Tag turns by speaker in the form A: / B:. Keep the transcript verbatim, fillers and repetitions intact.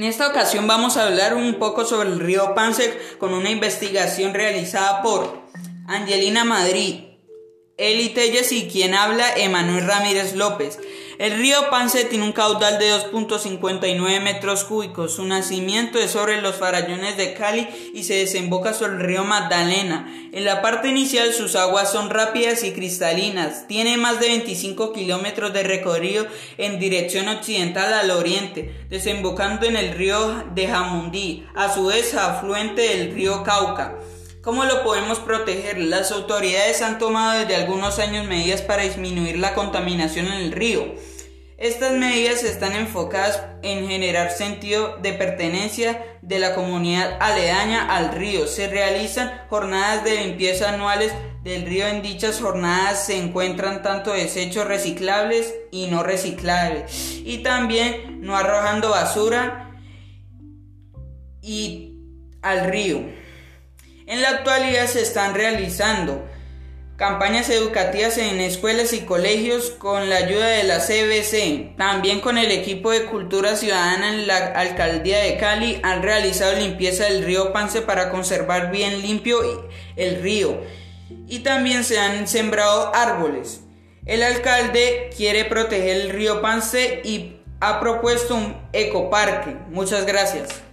A: En esta ocasión vamos a hablar un poco sobre el río Pance con una investigación realizada por Angelina Madrid, Eli Telles y quien habla Emanuel Ramírez López. El río Pance tiene un caudal de dos punto cincuenta y nueve metros cúbicos. Su nacimiento es sobre los farallones de Cali y se desemboca sobre el río Magdalena. En la parte inicial sus aguas son rápidas y cristalinas. Tiene más de veinticinco kilómetros de recorrido en dirección occidental al oriente, desembocando en el río de Jamundí, a su vez afluente del río Cauca. ¿Cómo lo podemos proteger? Las autoridades han tomado desde algunos años medidas para disminuir la contaminación en el río. Estas medidas están enfocadas en generar sentido de pertenencia de la comunidad aledaña al río. Se realizan jornadas de limpieza anuales del río. En dichas jornadas se encuentran tanto desechos reciclables y no reciclables, y también no arrojando basura y al río. En la actualidad se están realizando campañas educativas en escuelas y colegios con la ayuda de la C B C. También con el equipo de Cultura Ciudadana en la Alcaldía de Cali han realizado limpieza del río Pance para conservar bien limpio el río. Y también se han sembrado árboles. El alcalde quiere proteger el río Pance y ha propuesto un ecoparque. Muchas gracias.